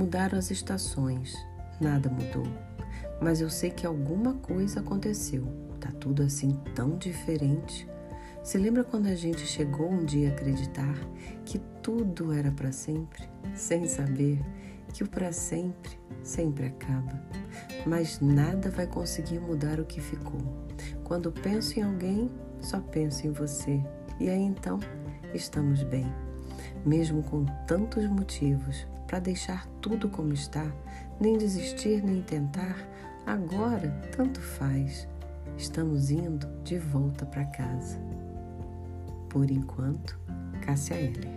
Mudaram as estações, nada mudou. Mas eu sei que alguma coisa aconteceu. Tá tudo assim tão diferente. Se lembra quando a gente chegou um dia a acreditar que tudo era para sempre, sem saber que o para sempre sempre acaba. Mas nada vai conseguir mudar o que ficou. Quando penso em alguém, só penso em você. E aí então, estamos bem. Mesmo com tantos motivos para deixar tudo como está, nem desistir nem tentar, agora tanto faz. Estamos indo de volta para casa. Por enquanto, Cássia Eller.